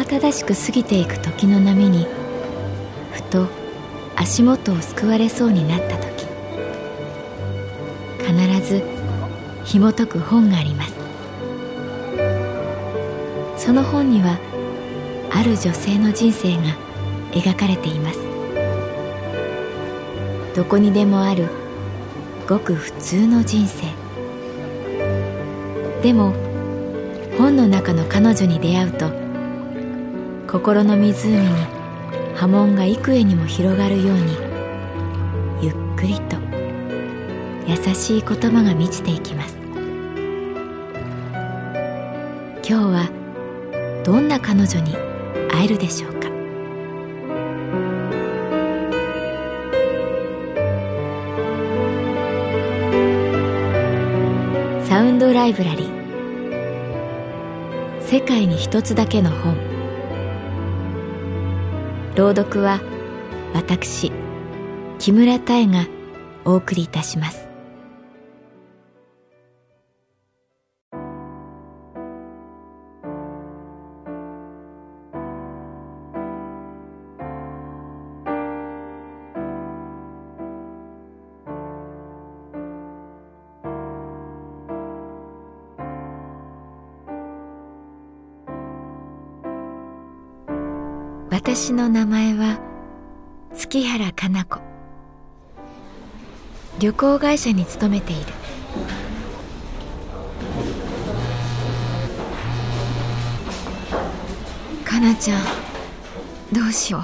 慌ただしく過ぎていく時の波にふと足元をすくわれそうになった時、必ず紐解く本があります。その本にはある女性の人生が描かれています。どこにでもあるごく普通の人生でも、本の中の彼女に出会うと心の湖に波紋が幾重にも広がるように、ゆっくりと優しい言葉が満ちていきます。今日はどんな彼女に会えるでしょうか。サウンドライブラリー、世界に一つだけの本。朗読は私木村多江がお送りいたします。私の名前は月原かな子。旅行会社に勤めている。かなちゃん、どうしよう。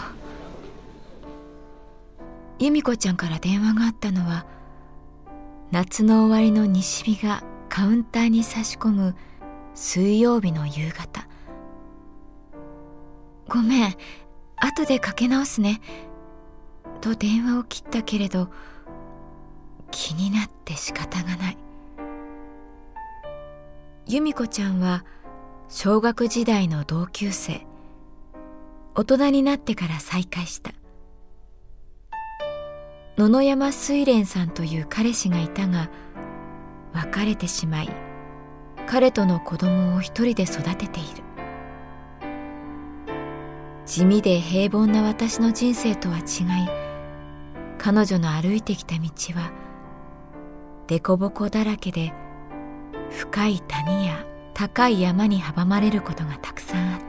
由美子ちゃんから電話があったのは、夏の終わりの西日がカウンターに差し込む水曜日の夕方。ごめん、後でかけ直すねと電話を切ったけれど、気になって仕方がない。由美子ちゃんは小学時代の同級生。大人になってから再会した。野々山水蓮さんという彼氏がいたが、別れてしまい、彼との子供を一人で育てている。地味で平凡な私の人生とは違い、彼女の歩いてきた道は凸凹だらけで、深い谷や高い山に阻まれることがたくさんあった。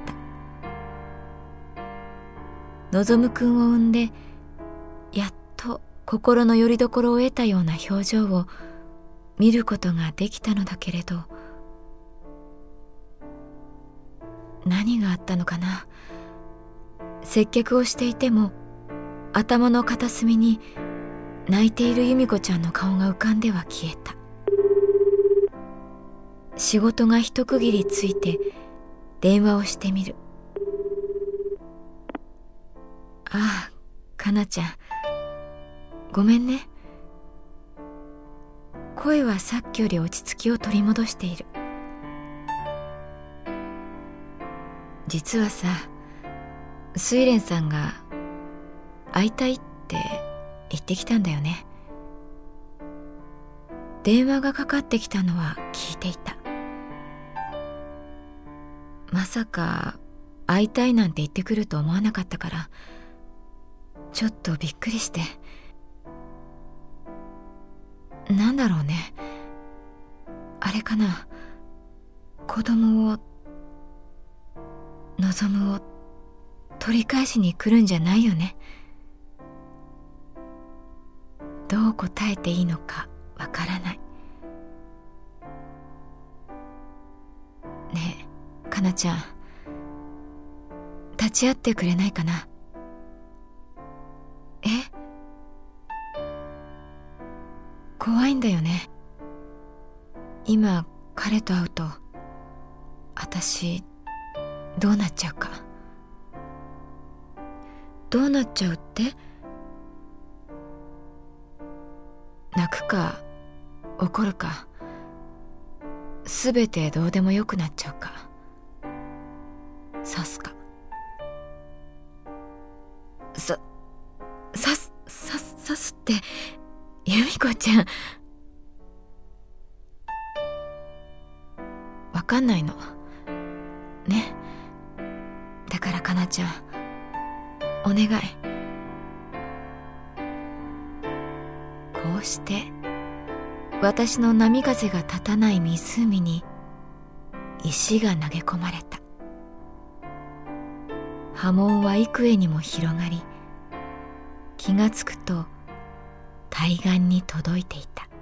望くんを産んで、やっと心の拠り所を得たような表情を見ることができたのだけれど、何があったのかな。接客をしていても頭の片隅に泣いている由美子ちゃんの顔が浮かんでは消えた。仕事が一区切りついて電話をしてみる。ああ、かなちゃん、ごめんね。声はさっきより落ち着きを取り戻している。実はさ、水蓮さんが会いたいって言ってきたんだよね。電話がかかってきたのは聞いていた。まさか会いたいなんて言ってくると思わなかったから、ちょっとびっくりして。なんだろうね。あれかな、子供を、望を取り返しに来るんじゃないよね。どう答えていいのかわからない。ねえ、かなちゃん、立ち会ってくれないかな。え？怖いんだよね。今彼と会うと、私どうなっちゃうか。どうなっちゃうって？泣くか怒るか、すべてどうでもよくなっちゃうか、刺すか。刺すって由美子ちゃん、わかんないのね。だかちゃん、お願い。こうして私の波風が立たない湖に石が投げ込まれた。波紋は幾重にも広がり、気がつくと対岸に届いていた。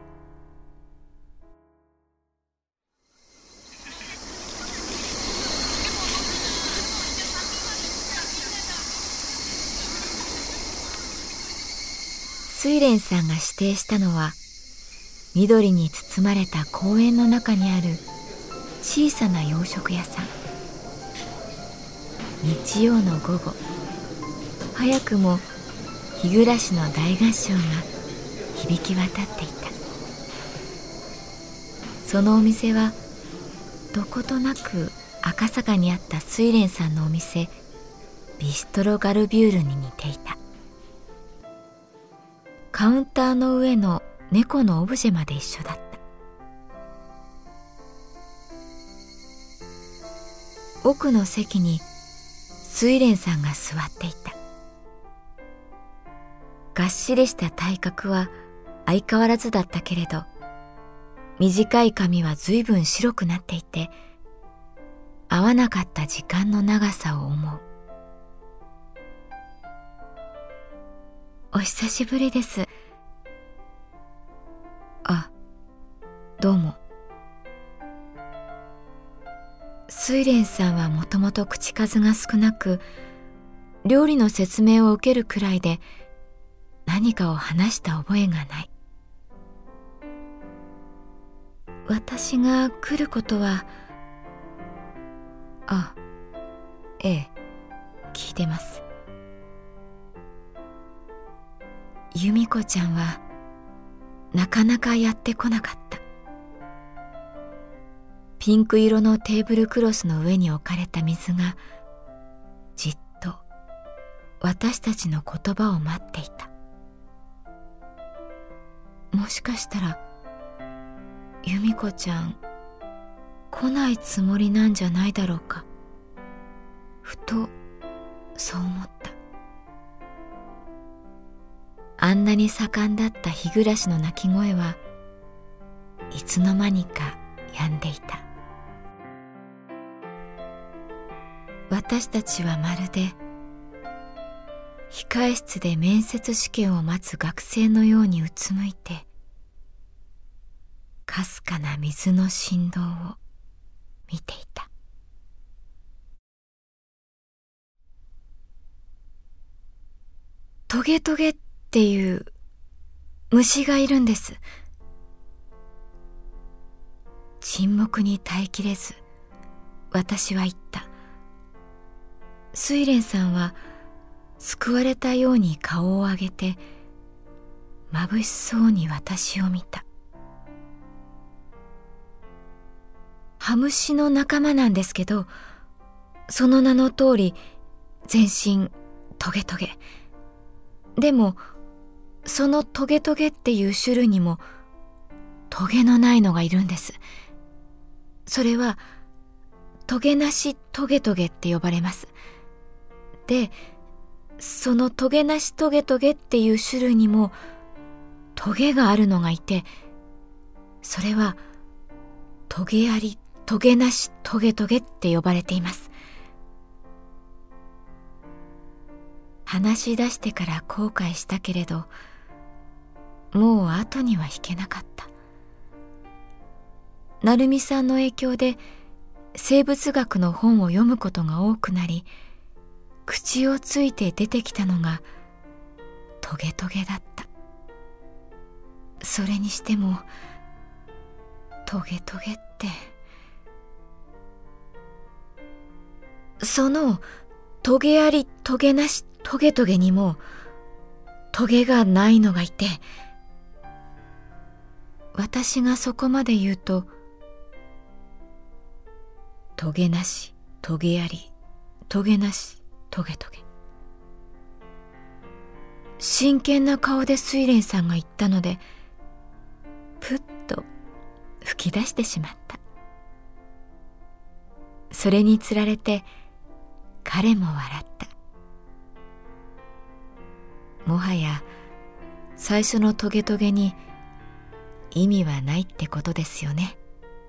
睡蓮さんが指定したのは、緑に包まれた公園の中にある小さな洋食屋さん。日曜の午後、早くも日暮の大合唱が響き渡っていた。そのお店はどことなく赤坂にあった睡蓮さんのお店、ビストロガルビュールに似ていた。カウンターの上の猫のオブジェまで一緒だった。奥の席に睡蓮さんが座っていた。がっしりした体格は相変わらずだったけれど、短い髪は随分白くなっていて、合わなかった時間の長さを思う。お久しぶりです。あ、どうも。睡蓮さんはもともと口数が少なく、料理の説明を受けるくらいで何かを話した覚えがない。私が来ることは、あ、ええ、聞いてます。由美子ちゃんはなかなかやってこなかった。ピンク色のテーブルクロスの上に置かれた水がじっと私たちの言葉を待っていた。もしかしたら由美子ちゃん来ないつもりなんじゃないだろうか。ふとそう思った。あんなに盛んだった日暮の鳴き声はいつの間にか止んでいた。私たちはまるで控室で面接試験を待つ学生のようにうつむいて、かすかな水の振動を見ていた。トゲトゲっていう虫がいるんです。沈黙に耐えきれず私は言った。睡蓮さんは救われたように顔を上げて眩しそうに私を見た。ハムシの仲間なんですけど、その名の通り全身トゲトゲ。でもそのトゲトゲっていう種類にもトゲのないのがいるんです。それはトゲなしトゲトゲって呼ばれます。で、そのトゲなしトゲトゲっていう種類にもトゲがあるのがいて、それはトゲありトゲなしトゲトゲって呼ばれています。話し出してから後悔したけれど、もう後には引けなかった。成美さんの影響で生物学の本を読むことが多くなり、口をついて出てきたのがトゲトゲだった。それにしてもトゲトゲって、そのトゲありトゲなしトゲトゲにもトゲがないのがいて、私がそこまで言うと、トゲなしトゲありトゲなしトゲトゲ。真剣な顔で睡蓮さんが言ったので、ぷっと吹き出してしまった。それにつられて彼も笑った。もはや最初のトゲトゲに意味はないってことですよね。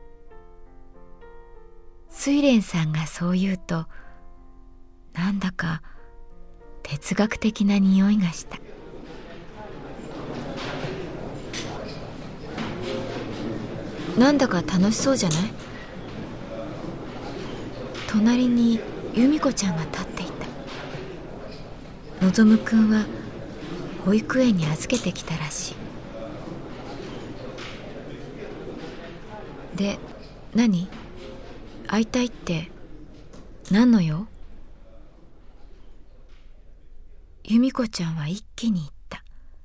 睡蓮さんがそう言うと、なんだか哲学的な匂いがした。なんだか楽しそうじゃない？隣に由美子ちゃんが立っていた。のぞむくんは保育園に預けてきたらしい。で、何？会いたいって何の用？由美子ちゃんは一気に言った。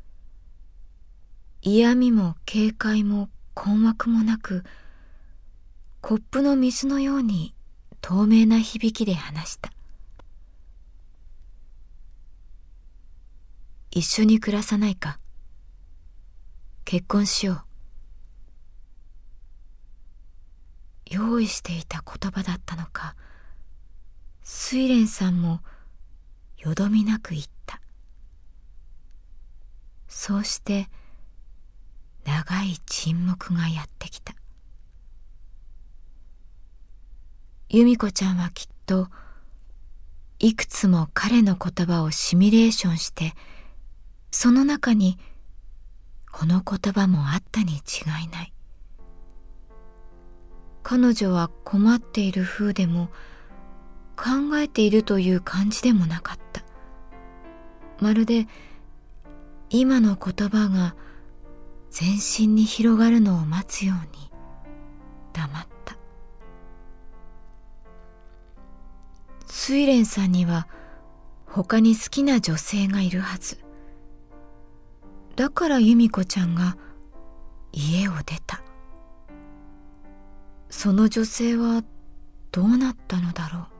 嫌味も警戒も困惑もなく、コップの水のように透明な響きで話した。一緒に暮らさないか。結婚しよう。用意していた言葉だったのか、睡蓮さんもよどみなく言った。そうして長い沈黙がやってきた。由美子ちゃんはきっといくつも彼の言葉をシミュレーションして、その中にこの言葉もあったに違いない。彼女は困っている風でも考えているという感じでもなかった。まるで今の言葉が全身に広がるのを待つように黙った。睡蓮さんには他に好きな女性がいるはず。だから由美子ちゃんが家を出た。その女性はどうなったのだろう。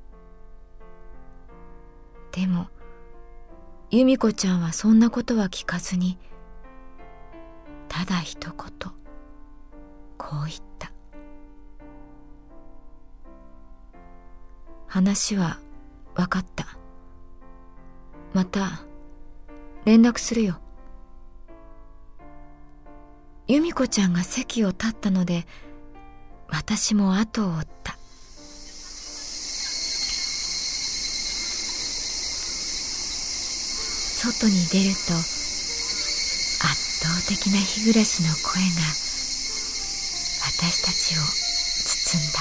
でも由美子ちゃんはそんなことは聞かずに、ただ一言こう言った。話は分かった。また連絡するよ。由美子ちゃんが席を立ったので、私も後を追った。外に出ると圧倒的な日暮らしの声が私たちを包んだ。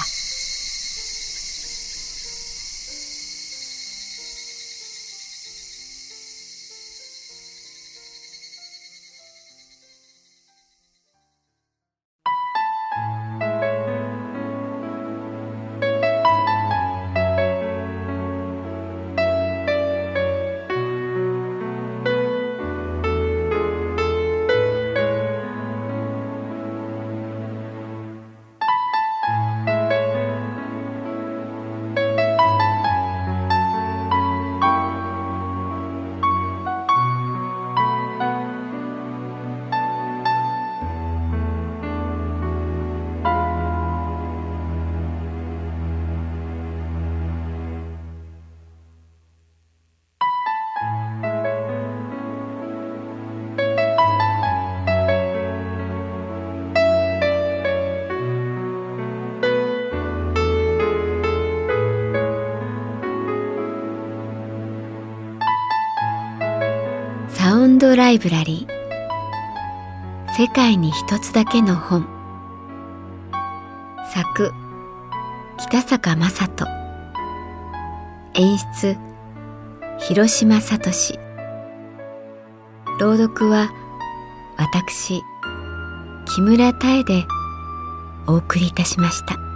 サウンドライブラリー、世界に一つだけの本。作北坂雅人、演出広島聡、朗読は私木村多江でお送りいたしました。